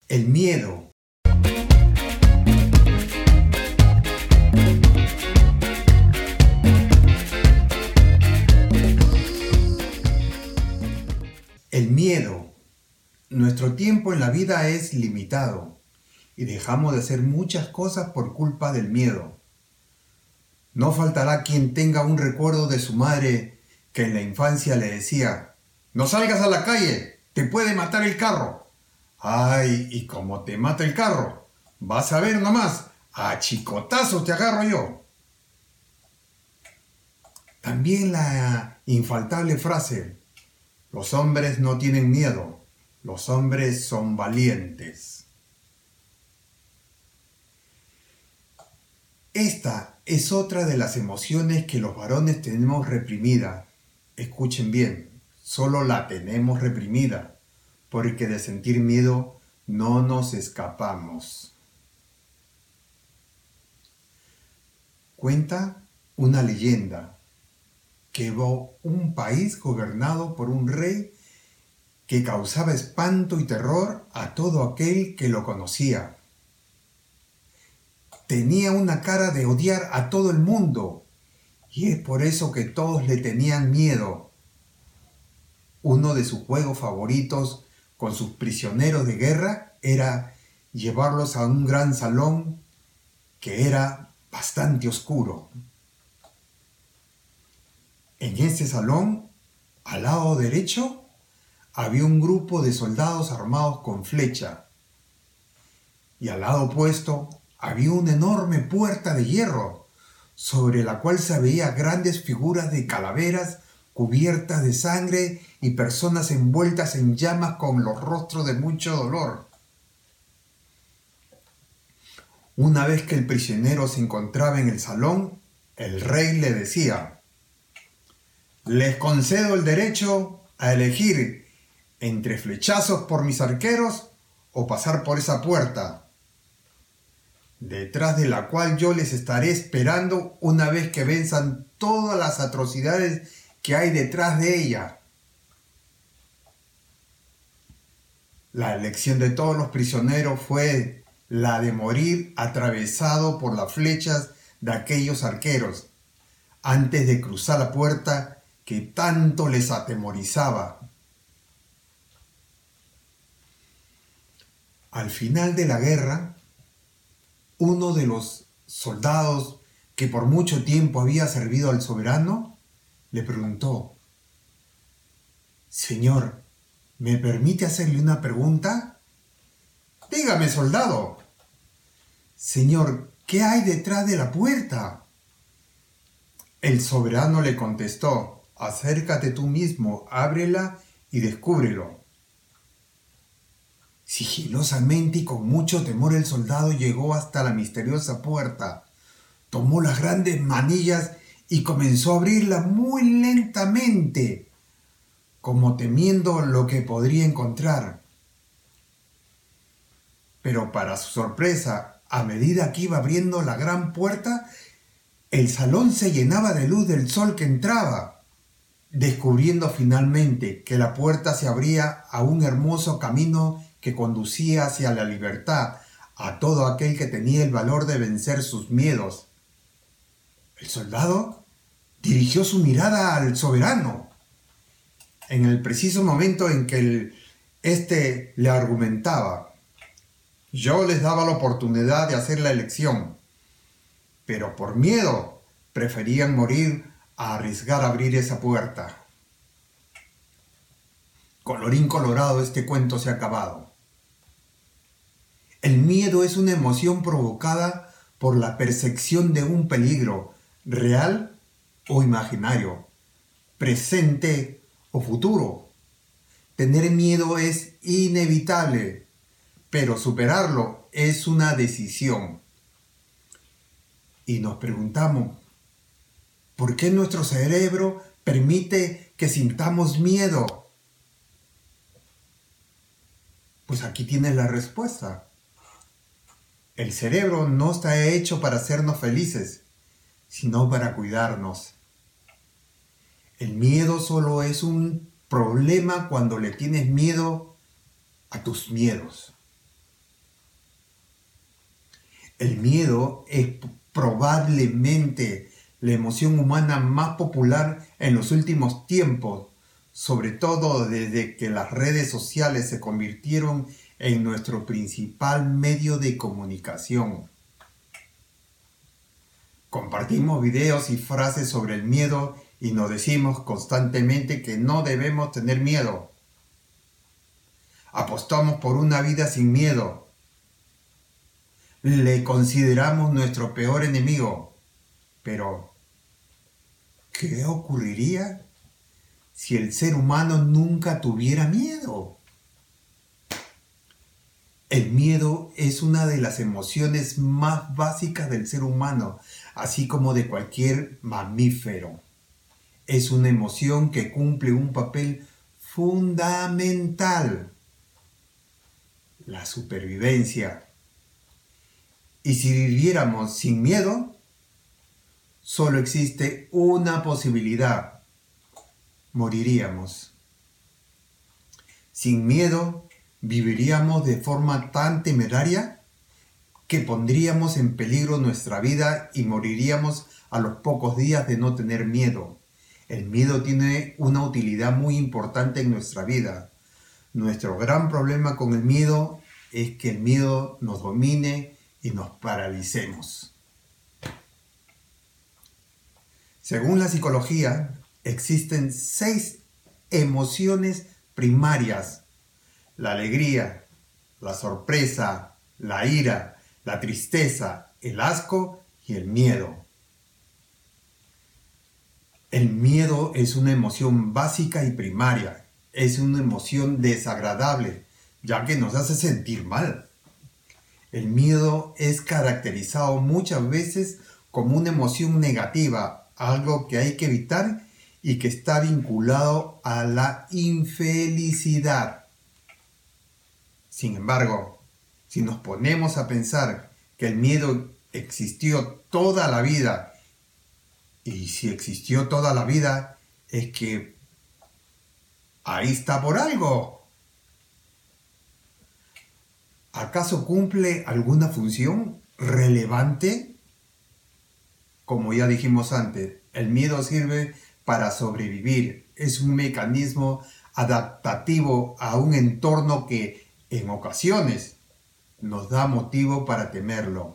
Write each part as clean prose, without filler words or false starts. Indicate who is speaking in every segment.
Speaker 1: El miedo. El miedo. Nuestro tiempo en la vida es limitado y dejamos de hacer muchas cosas por culpa del miedo. No faltará quien tenga un recuerdo de su madre que en la infancia le decía: "No salgas a la calle, te puede matar el carro". Ay, y como te mata el carro, vas a ver nomás, a chicotazos te agarro yo. También la infaltable frase: los hombres no tienen miedo, los hombres son valientes. Esta es otra de las emociones que los varones tenemos reprimida. Escuchen bien, solo la tenemos reprimida, porque de sentir miedo no nos escapamos. Cuenta una leyenda que hubo un país gobernado por un rey que causaba espanto y terror a todo aquel que lo conocía. Tenía una cara de odiar a todo el mundo, y es por eso que todos le tenían miedo. Uno de sus juegos favoritos con sus prisioneros de guerra era llevarlos a un gran salón que era bastante oscuro. En ese salón, al lado derecho, había un grupo de soldados armados con flecha, y al lado opuesto había una enorme puerta de hierro, sobre la cual se veían grandes figuras de calaveras cubiertas de sangre y personas envueltas en llamas con los rostros de mucho dolor. Una vez que el prisionero se encontraba en el salón, el rey le decía: "Les concedo el derecho a elegir entre flechazos por mis arqueros o pasar por esa puerta, detrás de la cual yo les estaré esperando una vez que venzan todas las atrocidades que hay detrás de ella". La elección de todos los prisioneros fue la de morir atravesado por las flechas de aquellos arqueros, antes de cruzar la puerta que tanto les atemorizaba. Al final de la guerra, uno de los soldados que por mucho tiempo había servido al soberano le preguntó: "Señor, ¿me permite hacerle una pregunta?". "Dígame, soldado". "Señor, ¿qué hay detrás de la puerta?". El soberano le contestó: "Acércate tú mismo, ábrela y descúbrelo". Sigilosamente y con mucho temor el soldado llegó hasta la misteriosa puerta, tomó las grandes manillas y comenzó a abrirla muy lentamente, como temiendo lo que podría encontrar. Pero para su sorpresa, a medida que iba abriendo la gran puerta, el salón se llenaba de luz del sol que entraba, descubriendo finalmente que la puerta se abría a un hermoso camino que conducía hacia la libertad a todo aquel que tenía el valor de vencer sus miedos. El soldado dirigió su mirada al soberano. En el preciso momento en que éste le argumentaba: "Yo les daba la oportunidad de hacer la elección, pero por miedo preferían morir a arriesgar a abrir esa puerta". Colorín colorado, este cuento se ha acabado. El miedo es una emoción provocada por la percepción de un peligro, real o imaginario, presente o futuro. Tener miedo es inevitable, pero superarlo es una decisión. Y nos preguntamos: ¿por qué nuestro cerebro permite que sintamos miedo? Pues aquí tienes la respuesta. El cerebro no está hecho para hacernos felices, sino para cuidarnos. El miedo solo es un problema cuando le tienes miedo a tus miedos. El miedo es probablemente la emoción humana más popular en los últimos tiempos, sobre todo desde que las redes sociales se convirtieron en nuestro principal medio de comunicación. Compartimos videos y frases sobre el miedo y nos decimos constantemente que no debemos tener miedo. Apostamos por una vida sin miedo. Le consideramos nuestro peor enemigo. Pero, ¿qué ocurriría si el ser humano nunca tuviera miedo? El miedo es una de las emociones más básicas del ser humano, así como de cualquier mamífero. Es una emoción que cumple un papel fundamental: la supervivencia. Y si viviéramos sin miedo, solo existe una posibilidad: moriríamos. Sin miedo, viviríamos de forma tan temeraria que pondríamos en peligro nuestra vida y moriríamos a los pocos días de no tener miedo. El miedo tiene una utilidad muy importante en nuestra vida. Nuestro gran problema con el miedo es que el miedo nos domine y nos paralicemos. Según la psicología, existen 6 emociones primarias: la alegría, la sorpresa, la ira, la tristeza, el asco y el miedo. El miedo es una emoción básica y primaria. Es una emoción desagradable, ya que nos hace sentir mal. El miedo es caracterizado muchas veces como una emoción negativa, algo que hay que evitar y que está vinculado a la infelicidad. Sin embargo, si nos ponemos a pensar que el miedo existió toda la vida, y si existió toda la vida, es que ahí está por algo. ¿Acaso cumple alguna función relevante? Como ya dijimos antes, el miedo sirve para sobrevivir. Es un mecanismo adaptativo a un entorno que, en ocasiones, nos da motivo para temerlo.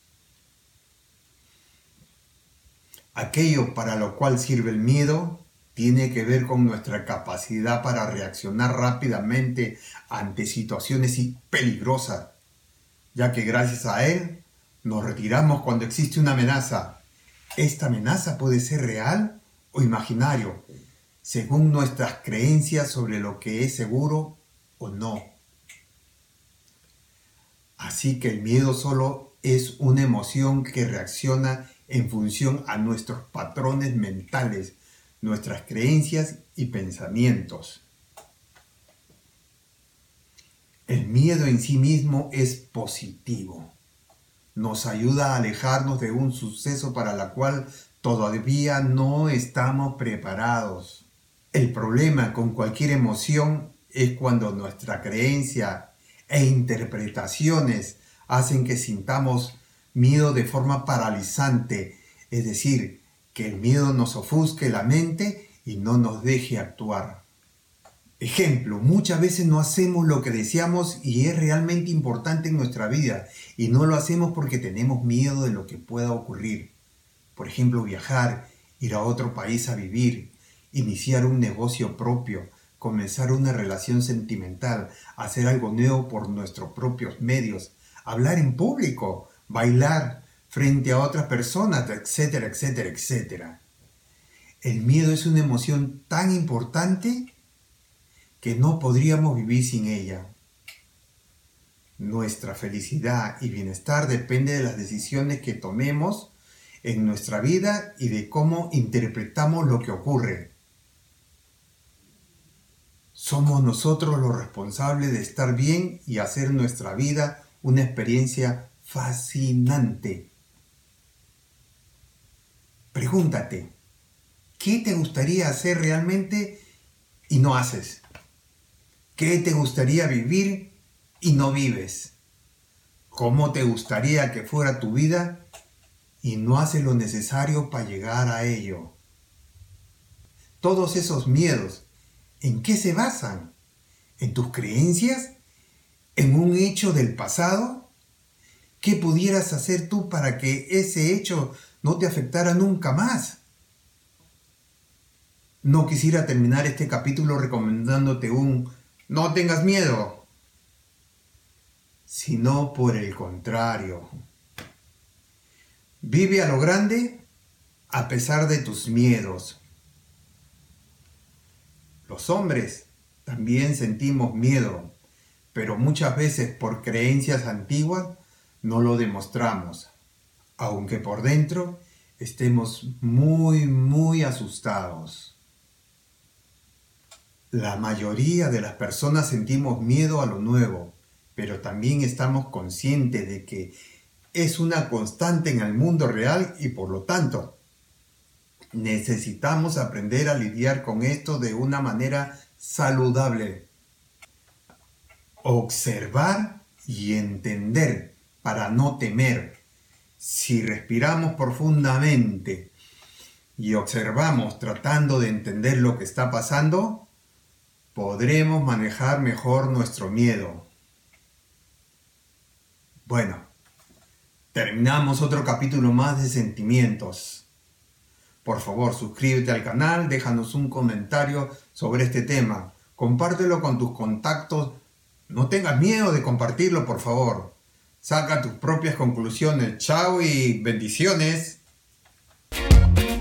Speaker 1: Aquello para lo cual sirve el miedo tiene que ver con nuestra capacidad para reaccionar rápidamente ante situaciones peligrosas, ya que gracias a él nos retiramos cuando existe una amenaza. Esta amenaza puede ser real o imaginario, según nuestras creencias sobre lo que es seguro o no. Así que el miedo solo es una emoción que reacciona en función a nuestros patrones mentales, nuestras creencias y pensamientos. El miedo en sí mismo es positivo. Nos ayuda a alejarnos de un suceso para el cual todavía no estamos preparados. El problema con cualquier emoción es cuando nuestra creencia e interpretaciones hacen que sintamos miedo de forma paralizante, es decir, que el miedo nos ofusque la mente y no nos deje actuar. Ejemplo, muchas veces no hacemos lo que deseamos y es realmente importante en nuestra vida, y no lo hacemos porque tenemos miedo de lo que pueda ocurrir. Por ejemplo, viajar, ir a otro país a vivir, iniciar un negocio propio, comenzar una relación sentimental, hacer algo nuevo por nuestros propios medios, hablar en público, bailar frente a otras personas, etcétera, etcétera, etcétera. El miedo es una emoción tan importante que no podríamos vivir sin ella. Nuestra felicidad y bienestar depende de las decisiones que tomemos en nuestra vida y de cómo interpretamos lo que ocurre. Somos nosotros los responsables de estar bien y hacer nuestra vida una experiencia fascinante. Pregúntate, ¿qué te gustaría hacer realmente y no haces? ¿Qué te gustaría vivir y no vives? cómo te gustaría que fuera tu vida y no haces lo necesario para llegar a ello. Todos esos miedos, ¿en qué se basan? ¿En tus creencias? ¿En un hecho del pasado? ¿Qué pudieras hacer tú para que ese hecho no te afectara nunca más? No quisiera terminar este capítulo recomendándote un no tengas miedo, sino por el contrario. Vive a lo grande a pesar de tus miedos. Los hombres también sentimos miedo, pero muchas veces por creencias antiguas no lo demostramos, aunque por dentro estemos muy asustados. La mayoría de las personas sentimos miedo a lo nuevo, pero también estamos conscientes de que es una constante en el mundo real y por lo tanto necesitamos aprender a lidiar con esto de una manera saludable. Observar y entender para no temer. Si respiramos profundamente y observamos tratando de entender lo que está pasando, podremos manejar mejor nuestro miedo. Bueno, terminamos otro capítulo más de sentimientos. Por favor, suscríbete al canal, déjanos un comentario sobre este tema. Compártelo con tus contactos. No tengas miedo de compartirlo, por favor. Saca tus propias conclusiones. Chao y bendiciones.